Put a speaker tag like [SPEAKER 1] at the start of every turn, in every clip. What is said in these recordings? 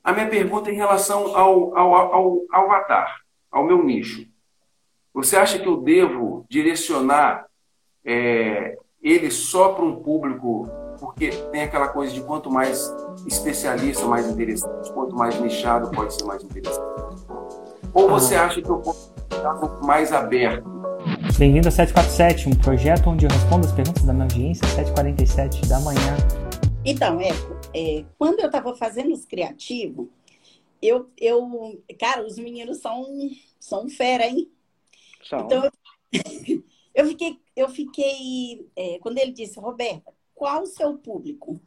[SPEAKER 1] A minha pergunta é em relação ao avatar, ao meu nicho. Você acha que eu devo direcionar ele só para um público, porque tem aquela coisa de quanto mais especialista, mais interessante, quanto mais nichado pode ser mais interessante? Ou você acha que eu posso estar mais aberto?
[SPEAKER 2] Bem-vindo a 747, um projeto onde eu respondo as perguntas da minha audiência, 7h47 da manhã.
[SPEAKER 3] Então, quando eu estava fazendo os criativos, cara, os meninos são fera, hein?
[SPEAKER 4] São.
[SPEAKER 3] Então, eu fiquei quando ele disse, Roberta, qual o seu público?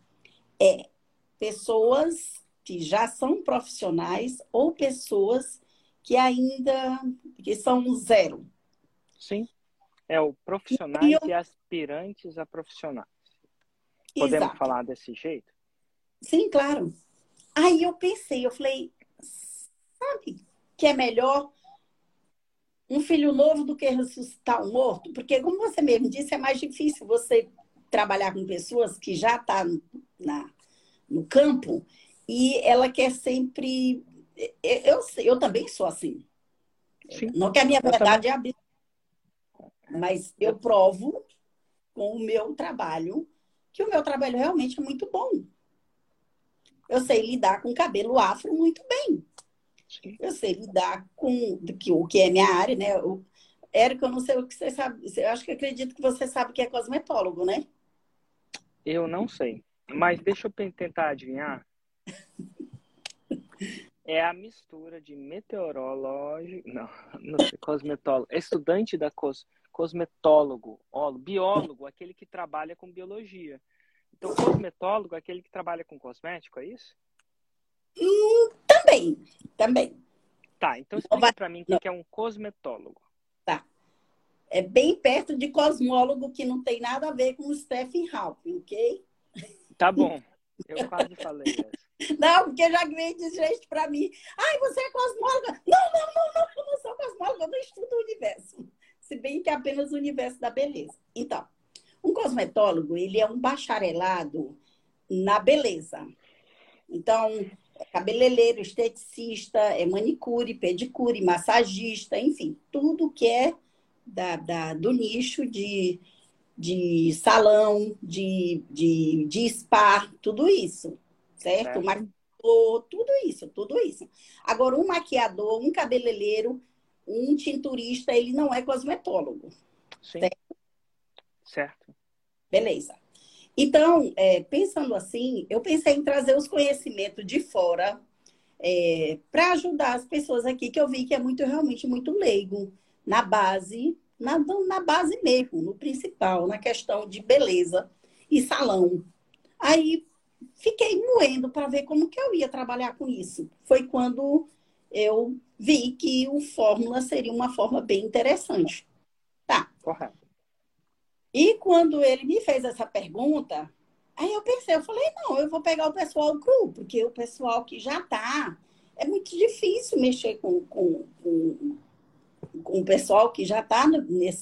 [SPEAKER 3] Pessoas que já são profissionais ou pessoas que são zero.
[SPEAKER 4] Sim, o profissionais e aspirantes a profissionais. Podemos
[SPEAKER 3] Exato.
[SPEAKER 4] falar desse jeito?
[SPEAKER 3] Sim, claro. Aí eu falei, sabe que é melhor um filho novo do que ressuscitar um morto? Porque, como você mesmo disse, é mais difícil você trabalhar com pessoas que já estão no campo e ela quer sempre... Eu também sou assim.
[SPEAKER 4] Sim.
[SPEAKER 3] Não que a minha verdade é abrir, mas eu provo com o meu trabalho que o meu trabalho realmente é muito bom. Eu sei lidar com cabelo afro muito bem.
[SPEAKER 4] Sim.
[SPEAKER 3] Eu sei lidar com o que é minha área, né? Érico, eu não sei o que você sabe. Eu acho que acredito que você sabe que é cosmetólogo, né?
[SPEAKER 4] Eu não sei, mas deixa eu tentar adivinhar. É a mistura de meteorólogo, não sei, cosmetólogo, estudante da cosmetólogo, biólogo, aquele que trabalha com biologia. Então, cosmetólogo, aquele que trabalha com cosmético, é isso?
[SPEAKER 3] Também.
[SPEAKER 4] Tá, então explica para mim o que é um cosmetólogo.
[SPEAKER 3] Tá. É bem perto de cosmólogo, que não tem nada a ver com o Stephen Hawking, ok?
[SPEAKER 4] Tá bom, eu quase falei essa.
[SPEAKER 3] Não, porque já veio de gente para mim. Ai, você é cosmóloga? Não, eu não sou cosmóloga, eu não estudo o universo. Se bem que é apenas o universo da beleza. Então, um cosmetólogo, ele é um bacharelado na beleza. Então, é cabeleireiro, esteticista, é manicure, pedicure, massagista, enfim, tudo que é do nicho de salão, de spa, tudo isso, certo? Maquiador, tudo isso. Agora, um maquiador, um cabeleireiro, um tinturista, ele não é cosmetólogo.
[SPEAKER 4] Sim. Certo.
[SPEAKER 3] Beleza. Então, pensando assim, eu pensei em trazer os conhecimentos de fora para ajudar as pessoas aqui, que eu vi que é realmente muito leigo na base, na base mesmo, no principal, na questão de beleza e salão. Aí fiquei moendo para ver como que eu ia trabalhar com isso. Foi quando eu vi que o Fórmula seria uma forma bem interessante. Tá.
[SPEAKER 4] Correto.
[SPEAKER 3] E quando ele me fez essa pergunta, aí eu falei, não, eu vou pegar o pessoal cru, porque o pessoal que já está, é muito difícil mexer com o pessoal que já está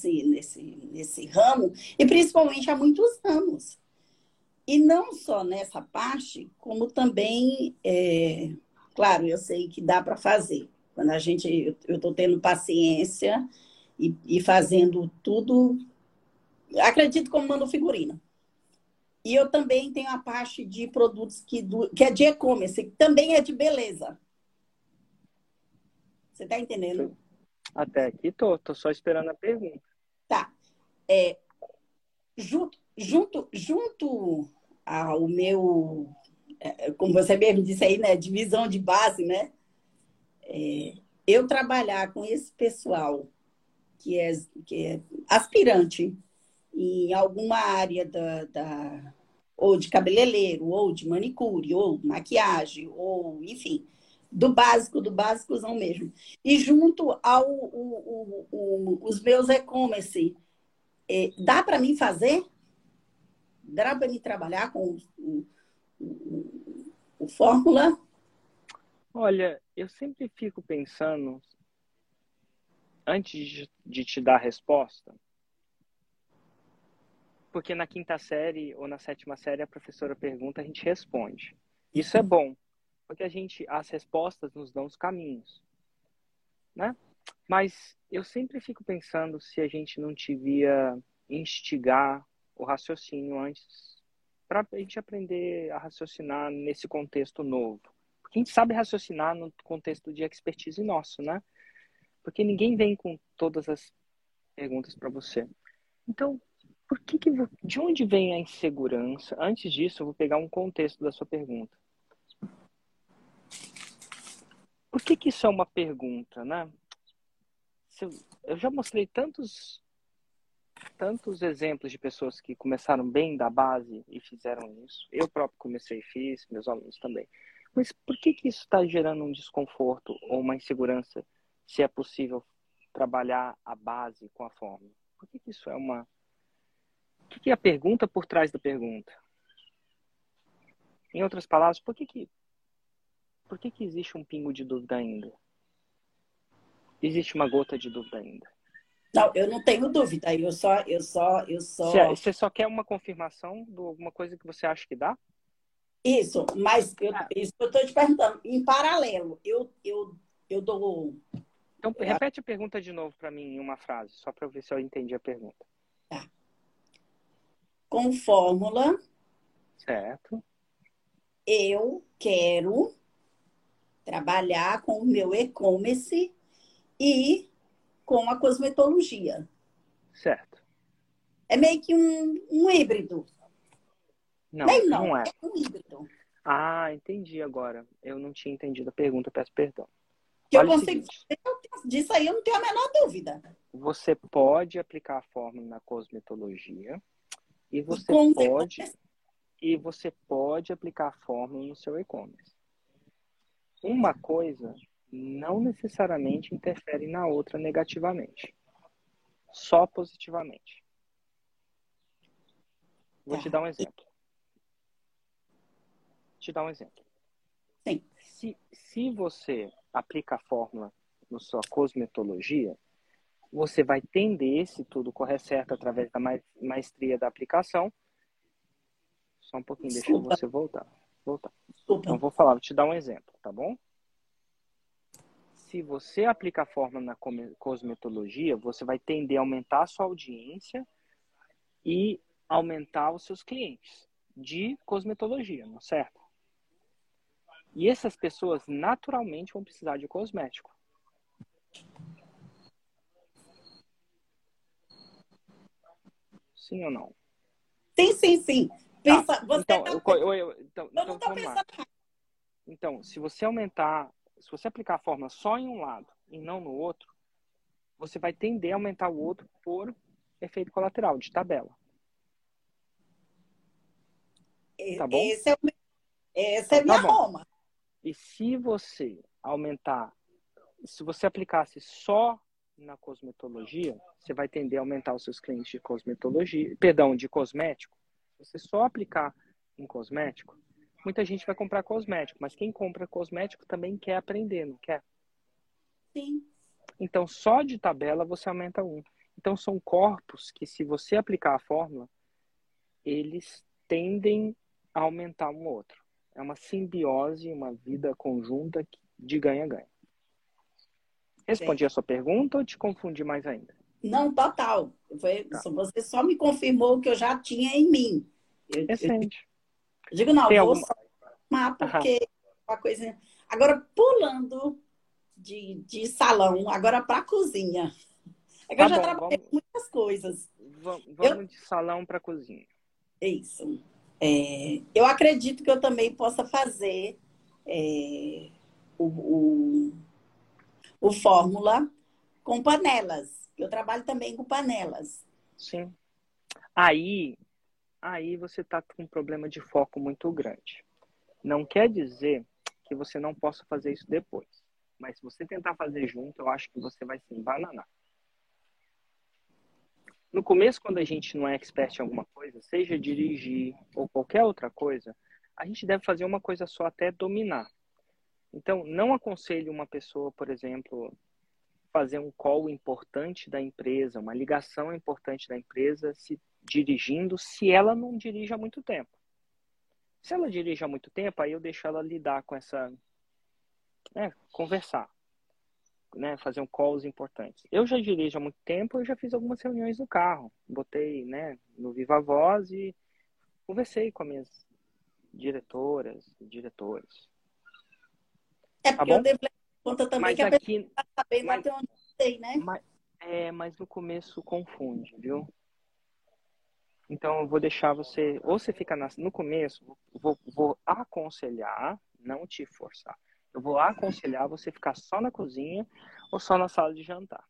[SPEAKER 3] nesse ramo, e principalmente há muitos anos. E não só nessa parte, como também, claro, eu sei que dá para fazer. Quando eu estou tendo paciência e fazendo tudo, acredito como mando figurino. E eu também tenho a parte de produtos que é de e-commerce, que também é de beleza. Você está entendendo?
[SPEAKER 4] Até aqui tô só esperando a pergunta.
[SPEAKER 3] Tá. Junto ao meu, como você mesmo disse aí, né, divisão de base, né? Eu trabalhar com esse pessoal que é aspirante em alguma área ou de cabeleireiro, ou de manicure, ou maquiagem, ou, enfim, do básicozão mesmo. E junto os meus e-commerce, dá para mim fazer? Dá para mim trabalhar com o Fórmula?
[SPEAKER 4] Olha, eu sempre fico pensando, antes de te dar a resposta, porque na quinta série ou na sétima série a professora pergunta, a gente responde. Isso é bom. Porque as respostas nos dão os caminhos, né? Mas eu sempre fico pensando se a gente não devia instigar o raciocínio antes, para a gente aprender a raciocinar nesse contexto novo. Porque a gente sabe raciocinar no contexto de expertise nosso, né? Porque ninguém vem com todas as perguntas para você. Então, de onde vem a insegurança? Antes disso, eu vou pegar um contexto da sua pergunta. Por que isso é uma pergunta, né? Eu já mostrei tantos exemplos de pessoas que começaram bem da base e fizeram isso. Eu próprio comecei e fiz, meus alunos também. Mas por que isso está gerando um desconforto ou uma insegurança se é possível trabalhar a base com a fórmula? Por que isso é uma... O que é a pergunta por trás da pergunta? Em outras palavras, por que existe um pingo de dúvida ainda? Existe uma gota de dúvida ainda?
[SPEAKER 3] Não, eu não tenho dúvida.
[SPEAKER 4] Você só quer uma confirmação de alguma coisa que você acha que dá?
[SPEAKER 3] Isso, mas isso que eu estou te perguntando. Em paralelo, eu dou...
[SPEAKER 4] Então, repete a pergunta de novo para mim em uma frase, só para eu ver se eu entendi a pergunta.
[SPEAKER 3] Tá. Com fórmula,
[SPEAKER 4] certo,
[SPEAKER 3] eu quero trabalhar com o meu e-commerce e com a cosmetologia.
[SPEAKER 4] Certo.
[SPEAKER 3] É meio que um híbrido.
[SPEAKER 4] Não,
[SPEAKER 3] Meio
[SPEAKER 4] não é.
[SPEAKER 3] É um híbrido.
[SPEAKER 4] Ah, entendi agora. Eu não tinha entendido a pergunta, peço perdão.
[SPEAKER 3] Que
[SPEAKER 4] Olha
[SPEAKER 3] eu consigo fazer, disso aí eu não tenho a menor dúvida.
[SPEAKER 4] Você pode aplicar a fórmula na cosmetologia e você pode aplicar a fórmula no seu e-commerce. Uma coisa não necessariamente interfere na outra negativamente, só positivamente. Vou te dar um exemplo.
[SPEAKER 3] Sim.
[SPEAKER 4] Se você aplica a fórmula na sua cosmetologia, você vai entender se tudo correr certo através da maestria da aplicação. Só um pouquinho,
[SPEAKER 3] Desculpa.
[SPEAKER 4] Deixa você voltar.
[SPEAKER 3] Desculpa.
[SPEAKER 4] Então, vou te dar um exemplo, tá bom? Se você aplica a fórmula na cosmetologia, você vai tender a aumentar a sua audiência e aumentar os seus clientes de cosmetologia, não é certo? E essas pessoas naturalmente vão precisar de cosmético. Sim ou não?
[SPEAKER 3] Sim. Pensa,
[SPEAKER 4] você então,
[SPEAKER 3] eu não estou pensando.
[SPEAKER 4] Então, se você aplicar a fórmula só em um lado e não no outro, você vai tender a aumentar o outro por efeito colateral, de tabela. Tá bom?
[SPEAKER 3] Essa é minha Roma.
[SPEAKER 4] E se você aplicasse só na cosmetologia, você vai tender a aumentar os seus clientes de de cosmético. Se você só aplicar em cosmético, muita gente vai comprar cosmético, mas quem compra cosmético também quer aprender, não quer?
[SPEAKER 3] Sim.
[SPEAKER 4] Então, só de tabela você aumenta um. Então, são corpos que, se você aplicar a fórmula, eles tendem a aumentar um outro. É uma simbiose, uma vida conjunta de ganha-ganha. Respondi a sua pergunta ou te confundi mais ainda?
[SPEAKER 3] Não, total. Você só me confirmou o que eu já tinha em mim.
[SPEAKER 4] Excelente.
[SPEAKER 3] Eu digo, não, vou só tomar porque uma coisa... Agora, pulando de salão, agora para a cozinha. É que eu já trabalhei com muitas coisas.
[SPEAKER 4] Vamos de salão para cozinha.
[SPEAKER 3] Isso. Eu acredito que eu também possa fazer o fórmula com panelas. Eu trabalho também com panelas.
[SPEAKER 4] Sim. Aí você está com um problema de foco muito grande. Não quer dizer que você não possa fazer isso depois. Mas se você tentar fazer junto, eu acho que você vai se embananar. No começo, quando a gente não é expert em alguma coisa, seja dirigir ou qualquer outra coisa, a gente deve fazer uma coisa só até dominar. Então, não aconselho uma pessoa, por exemplo, fazer um call importante da empresa, uma ligação importante da empresa, se dirigindo, se ela não dirige há muito tempo. Se ela dirige há muito tempo, aí eu deixo ela lidar com essa, né, conversar, né, fazer um calls importantes. Eu já dirijo há muito tempo, eu já fiz algumas reuniões no carro, botei, né, no Viva Voz e conversei com as minhas diretoras, diretores.
[SPEAKER 3] É
[SPEAKER 4] Tá
[SPEAKER 3] porque eu
[SPEAKER 4] bom?
[SPEAKER 3] devo levar em conta também
[SPEAKER 4] Mas
[SPEAKER 3] que a pessoa
[SPEAKER 4] aqui,
[SPEAKER 3] está sabendo
[SPEAKER 4] mas,
[SPEAKER 3] até onde eu sei, né?
[SPEAKER 4] mas no começo confunde, viu? Então eu vou deixar você, ou você fica no começo, vou aconselhar, não te forçar. Eu vou aconselhar você ficar só na cozinha ou só na sala de jantar.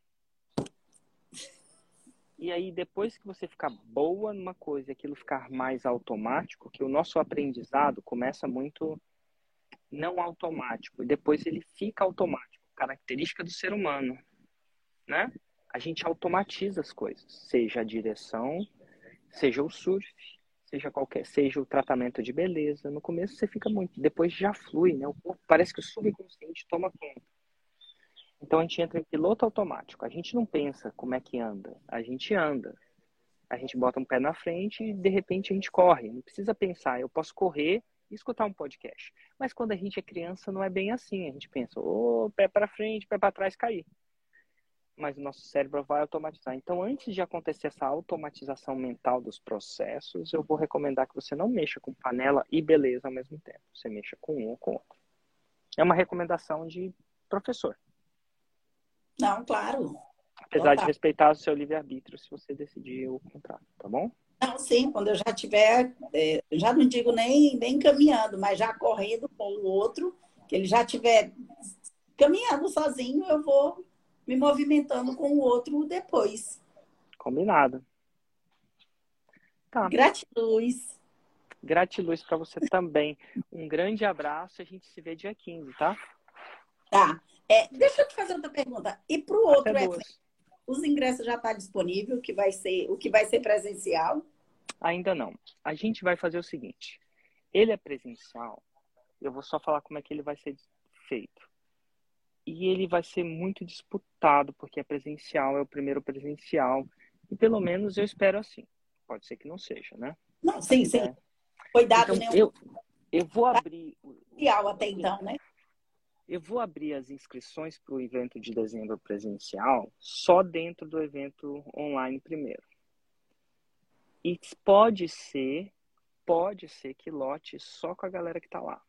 [SPEAKER 4] E aí, depois que você ficar boa numa coisa e aquilo ficar mais automático, que o nosso aprendizado começa muito não automático, e depois ele fica automático, característica do ser humano, né? A gente automatiza as coisas, seja a direção, seja o surf, seja o tratamento de beleza. No começo você fica muito, depois já flui, né? Parece que o subconsciente toma conta. Então a gente entra em piloto automático. A gente não pensa como é que anda, a gente anda. A gente bota um pé na frente e de repente a gente corre. Não precisa pensar, eu posso correr e escutar um podcast. Mas quando a gente é criança não é bem assim. A gente pensa, pé para frente, pé para trás, cair. Mas o nosso cérebro vai automatizar. Então, antes de acontecer essa automatização mental dos processos, eu vou recomendar que você não mexa com panela e beleza ao mesmo tempo. Você mexa com um ou com outro. É uma recomendação de professor.
[SPEAKER 3] Não, claro.
[SPEAKER 4] Apesar de respeitar o seu livre-arbítrio se você decidir o contrário, tá bom?
[SPEAKER 3] Não, sim, quando eu já tiver, já não digo nem caminhando, mas já correndo com o outro, que ele já tiver caminhando sozinho, eu vou me movimentando com o outro depois.
[SPEAKER 4] Combinado. Tá.
[SPEAKER 3] Gratiluz.
[SPEAKER 4] Gratiluz para você também. Um grande abraço. A gente se vê dia 15, tá?
[SPEAKER 3] Tá. Deixa eu te fazer outra pergunta. E para o
[SPEAKER 4] Até
[SPEAKER 3] outro evento,
[SPEAKER 4] 2.
[SPEAKER 3] os ingressos já estão disponíveis, o que vai ser presencial?
[SPEAKER 4] Ainda não. A gente vai fazer o seguinte. Ele é presencial. Eu vou só falar como é que ele vai ser feito. E ele vai ser muito disputado, porque é presencial, é o primeiro presencial. E pelo menos eu espero assim. Pode ser que não seja, né?
[SPEAKER 3] Não, sim, sim.
[SPEAKER 4] Até...
[SPEAKER 3] Foi dado
[SPEAKER 4] Então,
[SPEAKER 3] nenhum
[SPEAKER 4] eu vou abrir...
[SPEAKER 3] presencial até então, né?
[SPEAKER 4] Eu vou abrir as inscrições para o evento de dezembro presencial só dentro do evento online primeiro. E pode ser que lote só com a galera que está lá.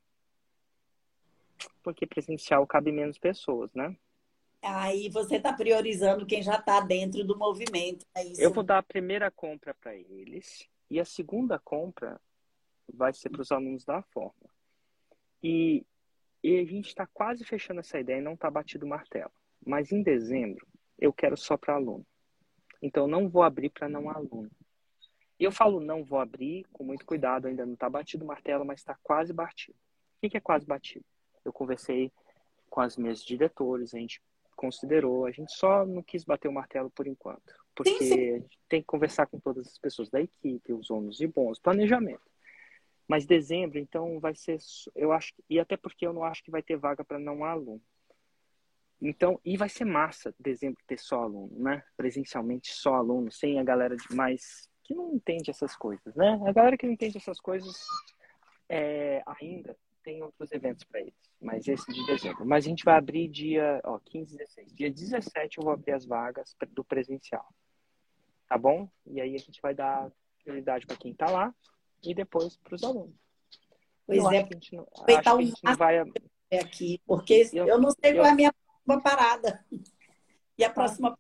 [SPEAKER 4] Porque presencial cabe menos pessoas, né?
[SPEAKER 3] Aí você está priorizando quem já está dentro do movimento, é isso?
[SPEAKER 4] Eu vou dar a primeira compra para eles e a segunda compra vai ser para os alunos da Fórmula. E a gente está quase fechando essa ideia e não está batido o martelo. Mas em dezembro eu quero só para aluno. Então não vou abrir para não aluno. E eu falo não vou abrir com muito cuidado, ainda não está batido o martelo, mas está quase batido. O que é quase batido? Eu conversei com as minhas diretores, a gente considerou, a gente só não quis bater o martelo por enquanto, porque
[SPEAKER 3] Sim.
[SPEAKER 4] a gente tem que conversar com todas as pessoas da equipe, os ônus e bons, planejamento. Mas dezembro, então, vai ser, eu acho, e até porque eu não acho que vai ter vaga para não aluno. Então, e vai ser massa dezembro ter só aluno, né? Presencialmente só aluno, sem a galera mais que não entende essas coisas, né? A galera que não entende essas coisas ainda tem outros eventos para eles, mas esse de dezembro. Mas a gente vai abrir dia 15, 16. Dia 17 eu vou abrir as vagas do presencial. Tá bom? E aí a gente vai dar prioridade para quem tá lá e depois para os alunos.
[SPEAKER 3] Pois
[SPEAKER 4] Acho
[SPEAKER 3] é,
[SPEAKER 4] que a gente não,
[SPEAKER 3] aproveitar
[SPEAKER 4] acho que a gente não vai
[SPEAKER 3] aqui, porque eu não sei qual é a minha próxima parada. E a próxima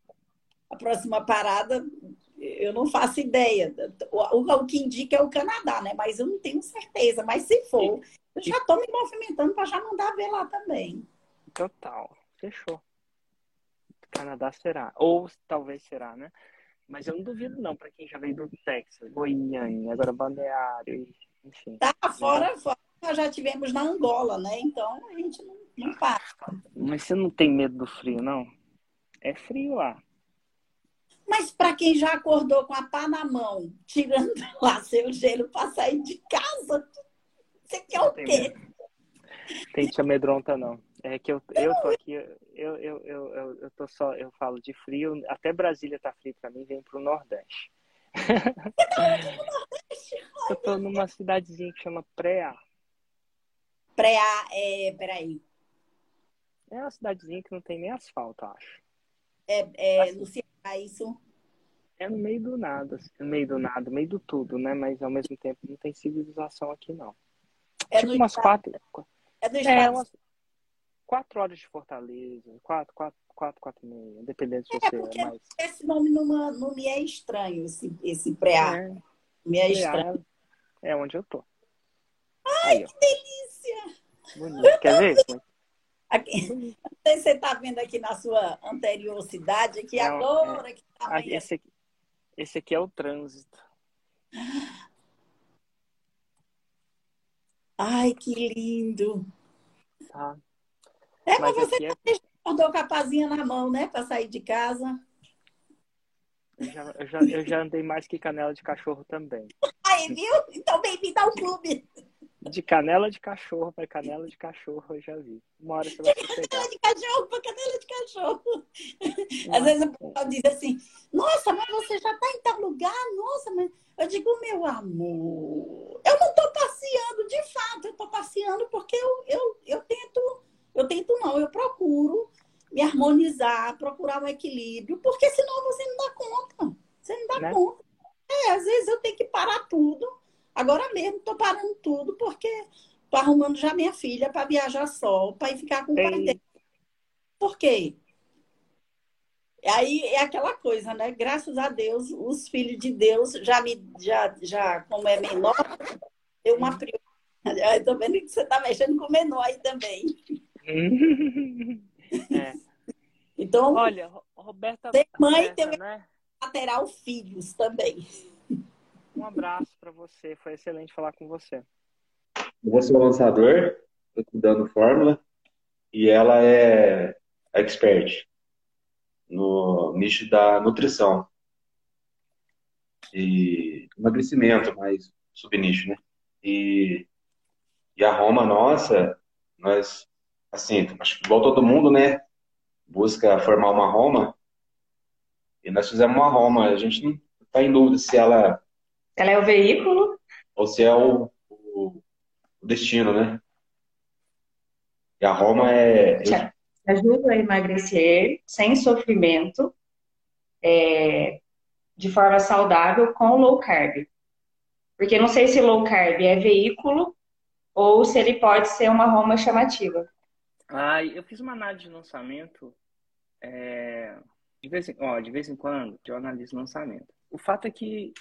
[SPEAKER 3] parada, eu não faço ideia. O que indica é o Canadá, né? Mas eu não tenho certeza. Mas se for, eu já estou me movimentando para já mandar ver lá também.
[SPEAKER 4] Total. Fechou. Canadá será. Ou talvez será, né? Mas eu não duvido não, para quem já veio do Texas, Goiânia, agora Balneário, enfim.
[SPEAKER 3] Tá, fora nós já tivemos na Angola, né? Então a gente não para.
[SPEAKER 4] Mas você não tem medo do frio, não? É frio lá.
[SPEAKER 3] Mas para quem já acordou com a pá na mão, tirando lá seu gelo para sair de casa, você quer o quê?
[SPEAKER 4] Tem te amedronta, não. É que eu tô aqui, eu tô só, eu falo de frio, até Brasília tá frio para mim, vem pro Nordeste. Eu tô numa cidadezinha que chama Preá.
[SPEAKER 3] Peraí.
[SPEAKER 4] É uma cidadezinha que não tem nem asfalto, eu acho.
[SPEAKER 3] No
[SPEAKER 4] Assim,
[SPEAKER 3] Ceará, isso.
[SPEAKER 4] é no meio do nada, assim, no meio do nada, no meio do tudo, né? Mas ao mesmo tempo não tem civilização aqui, não.
[SPEAKER 3] É no
[SPEAKER 4] Tipo umas
[SPEAKER 3] estado,
[SPEAKER 4] quatro.
[SPEAKER 3] é no
[SPEAKER 4] É,
[SPEAKER 3] estado.
[SPEAKER 4] umas 4 horas de Fortaleza. Quatro e meia. Dependendo se
[SPEAKER 3] É
[SPEAKER 4] você é
[SPEAKER 3] porque
[SPEAKER 4] mais.
[SPEAKER 3] esse nome não me é estranho, esse preá.
[SPEAKER 4] É,
[SPEAKER 3] Me é
[SPEAKER 4] Preá
[SPEAKER 3] estranho.
[SPEAKER 4] é onde eu tô. Aí, ó.
[SPEAKER 3] Delícia!
[SPEAKER 4] Bonito. Quer ver?
[SPEAKER 3] Aqui,
[SPEAKER 4] Bonito.
[SPEAKER 3] não sei se você está vendo aqui na sua anterior cidade, que
[SPEAKER 4] É,
[SPEAKER 3] agora que está amanhecendo.
[SPEAKER 4] esse aqui é o trânsito.
[SPEAKER 3] Ai, que lindo!
[SPEAKER 4] Tá?
[SPEAKER 3] É, mas
[SPEAKER 4] Mas
[SPEAKER 3] você
[SPEAKER 4] aqui é.
[SPEAKER 3] acordou com a pazinha na mão, né? Para sair de casa.
[SPEAKER 4] Eu já andei mais que canela de cachorro também.
[SPEAKER 3] Aí, viu? Então, bem-vindo ao clube.
[SPEAKER 4] De canela de cachorro para canela de cachorro eu já vi. Uma hora você vai sossegar.
[SPEAKER 3] De cachorro para canela de cachorro. Às
[SPEAKER 4] Uma-
[SPEAKER 3] vezes o pessoal diz assim, nossa, mas você já está em tal lugar? Nossa, mas... Eu digo, meu amor, eu não estou passeando, de fato, eu estou passeando porque eu tento não, eu procuro me harmonizar, procurar um equilíbrio, porque senão você não dá conta. Você não dá
[SPEAKER 4] Né?
[SPEAKER 3] conta. Às vezes eu tenho que parar tudo. Agora mesmo estou parando tudo porque estou arrumando já minha filha para viajar só, para ir ficar com o pai dela.
[SPEAKER 4] Ei,
[SPEAKER 3] Por quê? Aí é aquela coisa, né? Graças a Deus, os filhos de Deus já como é menor, deu uma prioridade. Estou vendo que você está mexendo com o menor aí também.
[SPEAKER 4] É.
[SPEAKER 3] Então,
[SPEAKER 4] Olha,
[SPEAKER 3] ser mãe
[SPEAKER 4] Roberta,
[SPEAKER 3] tem
[SPEAKER 4] né?
[SPEAKER 3] lateral filhos também.
[SPEAKER 4] Um abraço para você. Foi excelente falar com você.
[SPEAKER 5] Eu vou ser o lançador, estou estudando fórmula, e ela é expert no nicho da nutrição e emagrecimento, mais subnicho, né? E, e a Roma nossa, nós, assim, acho que igual todo mundo, né? Busca formar uma Roma, e nós fizemos uma Roma. A gente não está em dúvida se ela,
[SPEAKER 6] Ela é o veículo,
[SPEAKER 5] ou se é o destino, né? E a Roma é.
[SPEAKER 6] te ajuda a emagrecer sem sofrimento, de forma saudável, com low carb. Porque não sei se low carb é veículo ou se ele pode ser uma Roma chamativa.
[SPEAKER 4] Ah, eu fiz uma análise de lançamento. De vez em quando eu analiso lançamento. O fato é que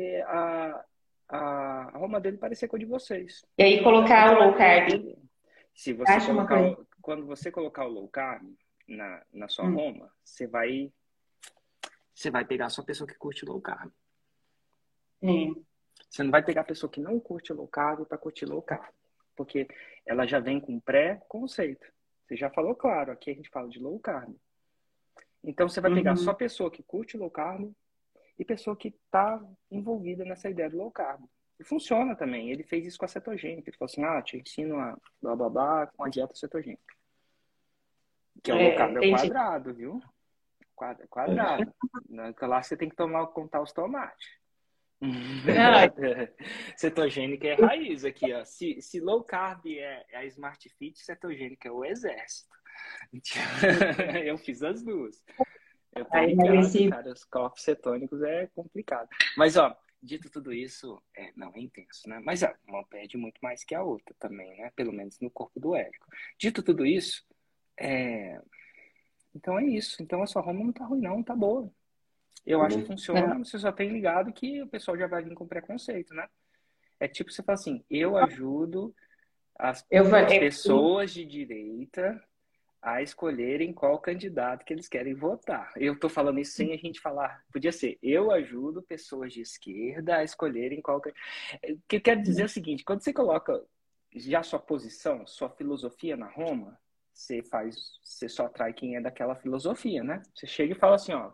[SPEAKER 4] a Roma dele parecia com a de vocês.
[SPEAKER 6] E aí colocar o low carb,
[SPEAKER 4] Se você
[SPEAKER 6] acha uma coisa.
[SPEAKER 4] quando você colocar o low carb na sua
[SPEAKER 6] Hum.
[SPEAKER 4] Roma, você vai pegar só a pessoa que curte low carb.
[SPEAKER 6] Sim.
[SPEAKER 4] Você não vai pegar a pessoa que não curte low carb para curtir low carb, porque ela já vem com pré-conceito. Você já falou claro, aqui a gente fala de low carb. Então você vai pegar só pessoa que curte low carb e pessoa que está envolvida nessa ideia do low carb. E funciona também. Ele fez isso com a cetogênica. Ele falou assim, te ensino a blá blá blá com a dieta cetogênica. Que é o low carb ao
[SPEAKER 6] Entendi.
[SPEAKER 4] quadrado, viu? Quadrado. Lá você tem que contar os tomates.
[SPEAKER 6] Ah,
[SPEAKER 4] Cetogênica é raiz aqui, ó. Se low carb é a Smart Fit, cetogênica é o exército. Eu fiz as duas. Eu tô
[SPEAKER 6] aí
[SPEAKER 4] ligado,
[SPEAKER 6] emagreci.
[SPEAKER 4] cara. Os corpos cetônicos é complicado. Mas, ó, dito tudo isso, não é intenso, né? Mas uma perde muito mais que a outra também, né? Pelo menos no corpo do Érico. Dito tudo isso, então é isso. Então a sua Roma não tá ruim, não, tá boa. Eu acho que funciona, você só tem ligado que o pessoal já vai vir com preconceito, né? É tipo você fala assim, eu ajudo as pessoas de direita a escolherem qual candidato que eles querem votar. Eu tô falando isso sem a gente falar. Podia ser, eu ajudo pessoas de esquerda a escolherem qual... O que quer dizer é o seguinte, quando você coloca já sua posição, sua filosofia na Roma, você só atrai quem é daquela filosofia, né? Você chega e fala assim, ó...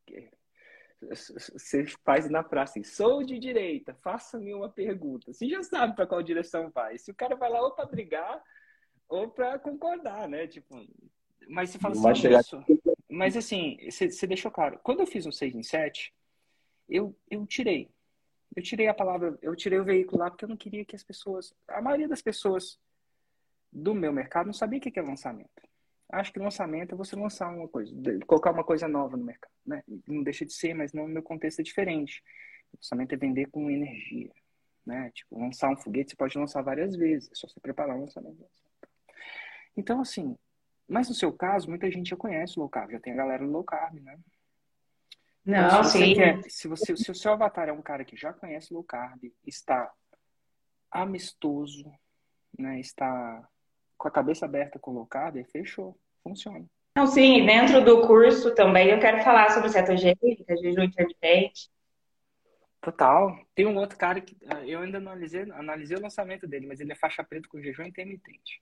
[SPEAKER 4] Você faz na praça assim, sou de direita, faça-me uma pergunta. Você já sabe para qual direção vai. Se o cara vai lá ou para brigar ou para concordar, né? Tipo, mas você fala
[SPEAKER 5] Não vai
[SPEAKER 4] assim,
[SPEAKER 5] chegar.
[SPEAKER 4] isso. Mas assim, você deixou claro. Quando eu fiz um 6 em 7, Eu tirei. Eu tirei a palavra, eu tirei o veículo lá porque eu não queria que as pessoas, a maioria das pessoas do meu mercado não sabia o que é lançamento. Acho que lançamento é você lançar uma coisa, colocar uma coisa nova no mercado, né? Não deixa de ser, mas no meu contexto é diferente. Lançamento é vender com energia, né? Tipo, lançar um foguete você pode lançar várias vezes, é só você preparar um lançamento. Então, assim, mas no seu caso, muita gente já conhece o low carb, já tem a galera do low carb, né? Então, se
[SPEAKER 6] Não,
[SPEAKER 4] você
[SPEAKER 6] sim.
[SPEAKER 4] quer, se o seu avatar é um cara que já conhece low carb, está amistoso, né? Está com a cabeça aberta com low carb, aí fechou, funciona.
[SPEAKER 6] Não, sim, dentro do curso também eu quero falar sobre cetogênica, jejum intermitente.
[SPEAKER 4] Total. Tem um outro cara que eu ainda analisei o lançamento dele, mas ele é faixa preta com jejum intermitente.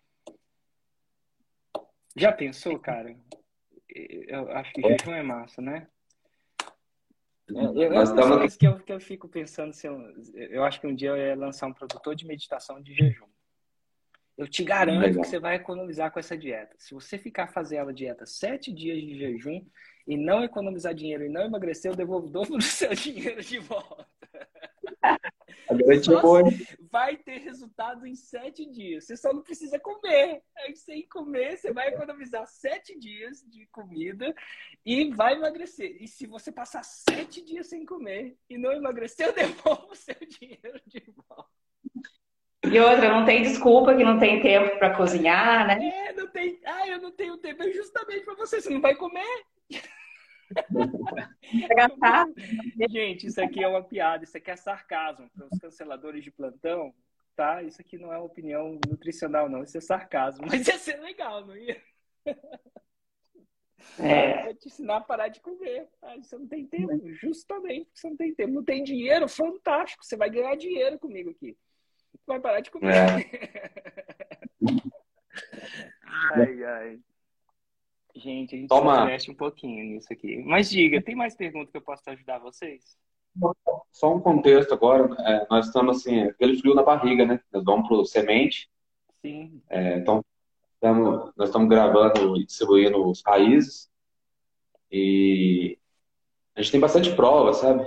[SPEAKER 4] Já pensou, cara? Eu acho que jejum é massa, né? É
[SPEAKER 5] Nós
[SPEAKER 4] uma das
[SPEAKER 5] estamos.
[SPEAKER 4] coisas que eu fico pensando, se eu acho que um dia eu ia lançar um produtor de meditação de jejum. Eu te garanto que
[SPEAKER 5] Legal.
[SPEAKER 4] você vai economizar com essa dieta. Se você ficar fazendo a dieta 7 dias de jejum e não economizar dinheiro e não emagrecer, eu devolvo o dobro do seu dinheiro de volta.
[SPEAKER 5] A garantia é
[SPEAKER 4] Só
[SPEAKER 5] boa, hein?
[SPEAKER 4] vai ter resultado em 7 dias. Você só não precisa comer. Aí sem comer, você vai economizar 7 dias de comida e vai emagrecer. E se você passar 7 dias sem comer e não emagrecer, eu devolvo o seu dinheiro de volta.
[SPEAKER 6] E outra, não tem desculpa que não tem tempo para cozinhar, né?
[SPEAKER 4] Não tem. Eu não tenho tempo. É justamente para você. Você não vai comer. Gente, isso aqui é uma piada, isso aqui é sarcasmo para os canceladores de plantão, tá? Isso aqui não é opinião nutricional, não. Isso é sarcasmo. Mas ia ser legal, não ia? Vai te ensinar a parar de comer. Você não tem tempo, justamente porque você não tem tempo. Não tem dinheiro, fantástico. Você vai ganhar dinheiro comigo aqui. Vai parar de comer. Ai. Gente, a gente se diverte um pouquinho nisso aqui. Mas diga, tem mais perguntas que eu posso ajudar vocês?
[SPEAKER 5] Só um contexto agora. Nós estamos assim, aquele frio na barriga, né? Nós vamos para o semente.
[SPEAKER 4] Sim.
[SPEAKER 5] Então, nós estamos gravando e distribuindo os raízes. E a gente tem bastante prova, sabe?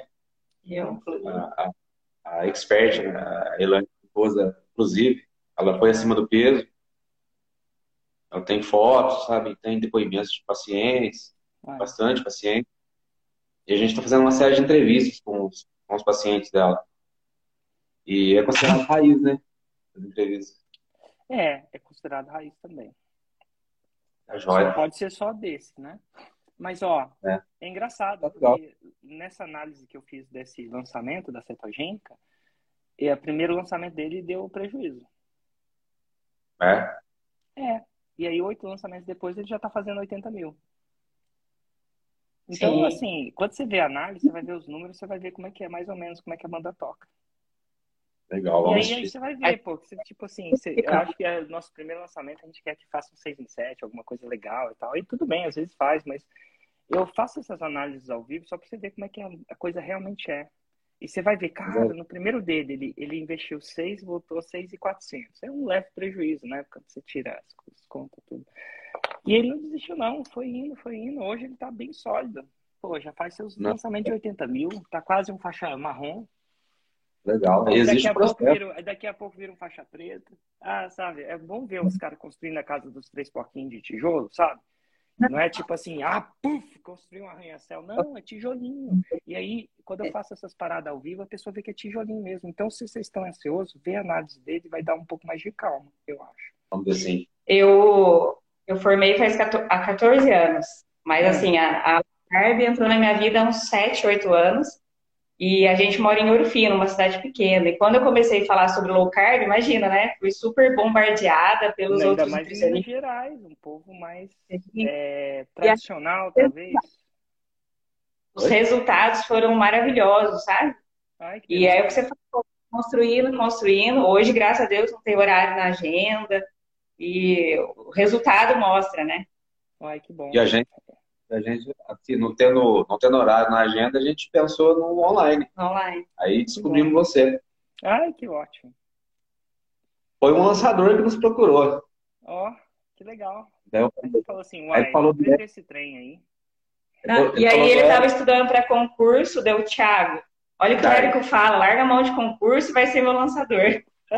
[SPEAKER 5] A expert, né? A Elaine, esposa, inclusive, ela foi acima do peso. Ela tem fotos, sabe? Tem depoimentos de pacientes, bastante pacientes. E a gente está fazendo uma série de entrevistas com os pacientes dela. E é considerado raiz, né? As entrevistas.
[SPEAKER 4] É considerado raiz também.
[SPEAKER 5] É jóia.
[SPEAKER 4] Só pode ser só desse, né? Mas, ó, é engraçado, porque nessa análise que eu fiz desse lançamento da cetogênica, o primeiro lançamento dele deu prejuízo. E aí 8 lançamentos depois ele já tá fazendo 80 mil. Então,
[SPEAKER 6] Sim.
[SPEAKER 4] assim, quando você vê a análise, você vai ver os números, você vai ver como é que é, mais ou menos, como é que a banda toca.
[SPEAKER 5] Legal,
[SPEAKER 4] E aí você vai ver, pô, tipo assim, eu acho que o nosso primeiro lançamento a gente quer que faça um 6 em 7, alguma coisa legal e tal. E tudo bem, às vezes faz, mas eu faço essas análises ao vivo só pra você ver como é que a coisa realmente é. E você vai ver, cara, no primeiro dele, ele investiu 6 e voltou 6.400. É um leve prejuízo, né? Quando você tira as contas, tudo. E ele não desistiu, não. Foi indo. Hoje ele tá bem sólido. Pô, já faz seus lançamentos de 80 mil. Tá quase um faixa marrom.
[SPEAKER 5] Legal. Existe
[SPEAKER 4] Daqui a pouco vira um faixa preta. Sabe? É bom ver os caras construindo a casa dos 3 porquinhos de tijolo, sabe? Não é tipo assim, construir um arranha-céu. Não, é tijolinho. E aí, quando eu faço essas paradas ao vivo, a pessoa vê que é tijolinho mesmo. Então, se vocês estão ansiosos, vê a análise dele vai dar um pouco mais de calma, eu acho.
[SPEAKER 5] Vamos dizer assim.
[SPEAKER 6] Eu formei há 14 anos. Mas, assim, a carb entrou na minha vida há uns 7, 8 anos. E a gente mora em Ouro Fino, uma cidade pequena. E quando eu comecei a falar sobre low carb, imagina, né? Fui super bombardeada pelos outros
[SPEAKER 4] mais
[SPEAKER 6] nutricionistas.
[SPEAKER 4] em Minas Gerais, um povo mais tradicional, talvez.
[SPEAKER 6] Os resultados foram maravilhosos, sabe? E aí o que você falou, construindo. Hoje, graças a Deus, não tem horário na agenda. E o resultado mostra, né?
[SPEAKER 4] Ai, que bom.
[SPEAKER 5] E a gente assim, não tendo horário na agenda, a gente pensou no online. Aí descobrimos você.
[SPEAKER 4] Ai, que ótimo.
[SPEAKER 5] Foi um lançador que nos procurou.
[SPEAKER 4] Ó, que legal.
[SPEAKER 5] Daí
[SPEAKER 4] Ele falou assim, uai, esse trem aí.
[SPEAKER 6] E aí ele estava estudando para concurso, deu o Thiago. Olha o que o Érico fala, larga a mão de concurso e vai ser meu lançador.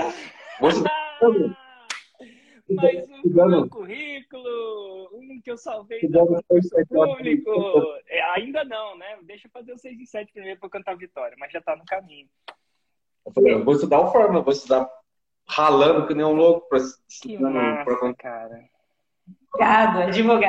[SPEAKER 4] Mas o meu currículo, um que eu salvei do concurso público, ainda não, né? Deixa eu fazer o 6 em 7 primeiro para cantar vitória, mas já está no caminho.
[SPEAKER 5] Eu vou estudar o Fórmula, vou estudar ralando que nem um louco para
[SPEAKER 4] que massa, cara.
[SPEAKER 6] Advogado.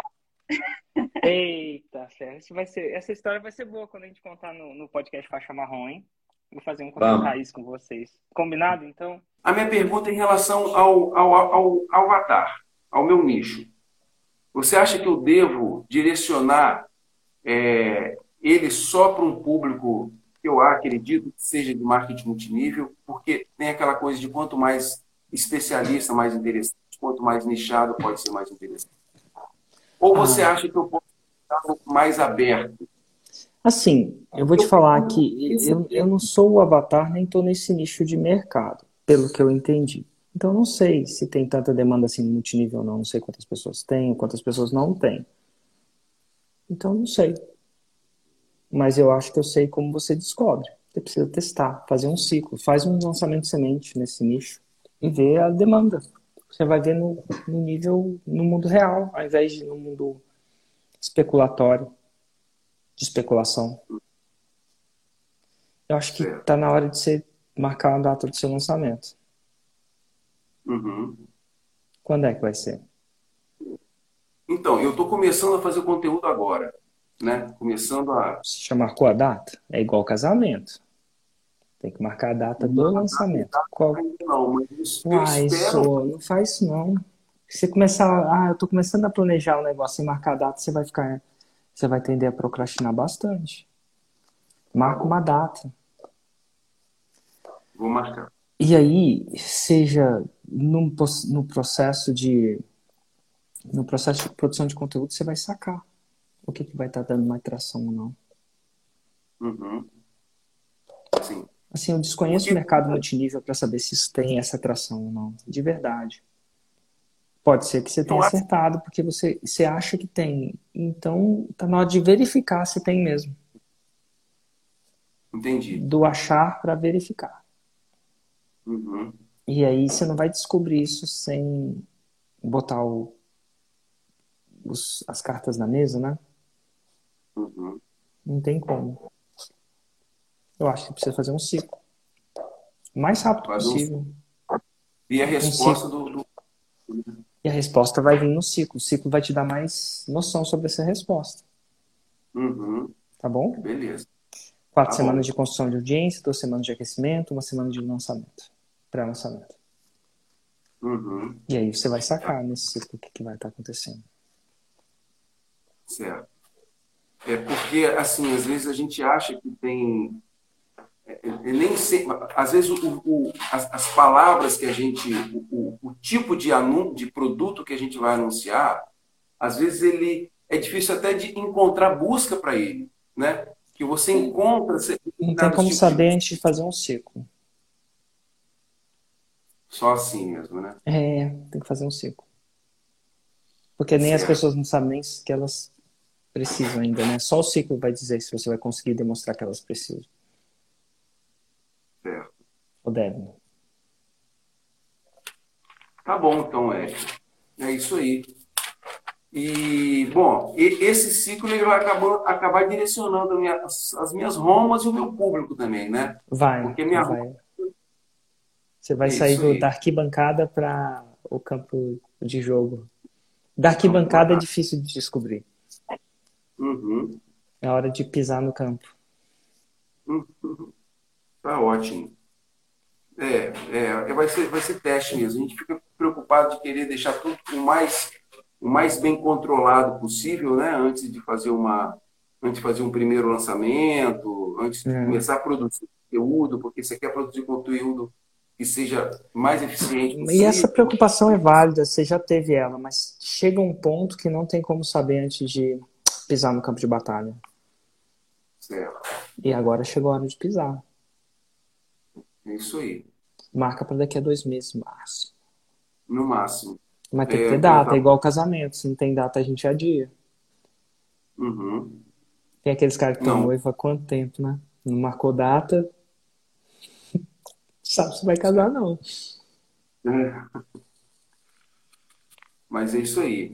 [SPEAKER 4] Eita, essa história vai ser boa quando a gente contar no podcast Faixa Marrom, hein? Vou fazer um comentário com vocês. Combinado, então?
[SPEAKER 1] A minha pergunta é em relação ao avatar, ao meu nicho. Você acha que eu devo direcionar ele só para um público que eu acredito que seja de marketing multinível? Porque tem aquela coisa de quanto mais especialista, mais interessante, quanto mais nichado, pode ser mais interessante. Ou você acha que eu posso estar mais aberto?
[SPEAKER 2] Assim, eu vou te falar que eu não sou o avatar, nem estou nesse nicho de mercado, pelo que eu entendi. Então, não sei se tem tanta demanda assim no multinível ou não. Não sei quantas pessoas tem, quantas pessoas não tem. Então, não sei. Mas eu acho que eu sei como você descobre. Você precisa testar, fazer um ciclo. Faz um lançamento de semente nesse nicho e ver a demanda. Você vai ver no nível, no mundo real, ao invés de no mundo especulatório, de especulação. Eu acho que está na hora de você marcar a data do seu lançamento.
[SPEAKER 1] Uhum.
[SPEAKER 2] Quando é que vai ser?
[SPEAKER 1] Então, eu estou começando a fazer conteúdo agora, né? Começando a...
[SPEAKER 2] Você já marcou a data? É igual casamento. Tem que marcar a data do lançamento.
[SPEAKER 1] Não, mas
[SPEAKER 2] não faz isso não. Se você começar, eu estou começando a planejar o negócio e marcar a data, você vai tender a procrastinar bastante. Marca uma data.
[SPEAKER 1] Vou marcar.
[SPEAKER 2] E aí, seja no processo de produção de conteúdo, você vai sacar o que vai estar dando mais tração ou não.
[SPEAKER 1] Uhum. Sim.
[SPEAKER 2] Assim, eu desconheço o mercado multinível para saber se isso tem essa atração ou não, de verdade. Pode ser que você tenha acertado, porque você acha que tem. Então, está na hora de verificar se tem mesmo.
[SPEAKER 1] Entendi.
[SPEAKER 2] Do achar para verificar.
[SPEAKER 1] Uhum.
[SPEAKER 2] E aí você não vai descobrir isso sem botar as cartas na mesa, né?
[SPEAKER 1] Uhum.
[SPEAKER 2] Não tem como. Eu acho que precisa fazer um ciclo. O mais rápido possível.
[SPEAKER 1] E a resposta
[SPEAKER 2] E a resposta vai vir no ciclo. O ciclo vai te dar mais noção sobre essa resposta.
[SPEAKER 1] Uhum.
[SPEAKER 2] Tá bom?
[SPEAKER 1] Beleza.
[SPEAKER 2] 4 semanas de construção de audiência, 2 semanas de aquecimento, 1 semana de lançamento. Pré-lançamento.
[SPEAKER 1] Uhum.
[SPEAKER 2] E aí você vai sacar nesse ciclo o que vai estar acontecendo.
[SPEAKER 1] Certo. Porque, assim, às vezes a gente acha que tem... nem sei, às vezes as palavras que a gente... O tipo de produto que a gente vai anunciar, às vezes ele é difícil até de encontrar busca para ele, né? Que você encontra...
[SPEAKER 2] Não tem como saber antes de fazer um ciclo.
[SPEAKER 1] Só assim mesmo, né?
[SPEAKER 2] Tem que fazer um ciclo. Porque nem as pessoas não sabem nem que elas precisam ainda, né? Só o ciclo vai dizer se você vai conseguir demonstrar que elas precisam.
[SPEAKER 1] Certo.
[SPEAKER 2] Ou devem.
[SPEAKER 1] Tá bom, então, é isso aí. E, bom, esse ciclo ele vai acabar direcionando as minhas romas e o meu público também, né?
[SPEAKER 2] Vai.
[SPEAKER 1] Porque
[SPEAKER 2] Você vai sair da arquibancada para o campo de jogo. Da arquibancada é difícil de descobrir.
[SPEAKER 1] Uhum.
[SPEAKER 2] É hora de pisar no campo.
[SPEAKER 1] Tá ótimo. Vai ser teste mesmo. A gente fica preocupado de querer deixar tudo o mais bem controlado possível, né? Antes de fazer um primeiro lançamento, antes de começar a produzir conteúdo, porque você quer produzir conteúdo que seja mais eficiente possível.
[SPEAKER 2] E essa preocupação é válida, você já teve ela, mas chega um ponto que não tem como saber antes de pisar no campo de batalha.
[SPEAKER 1] Certo.
[SPEAKER 2] E agora chegou a hora de pisar.
[SPEAKER 1] É isso aí.
[SPEAKER 2] Marca para daqui a 2 meses, março.
[SPEAKER 1] No máximo.
[SPEAKER 2] Mas tem que ter data, é igual casamento. Se não tem data, a gente adia.
[SPEAKER 1] Uhum.
[SPEAKER 2] Tem aqueles caras que estão
[SPEAKER 1] Não.
[SPEAKER 2] noivo há quanto tempo, né? Não marcou data, sabe se vai casar, não.
[SPEAKER 1] Mas é isso aí.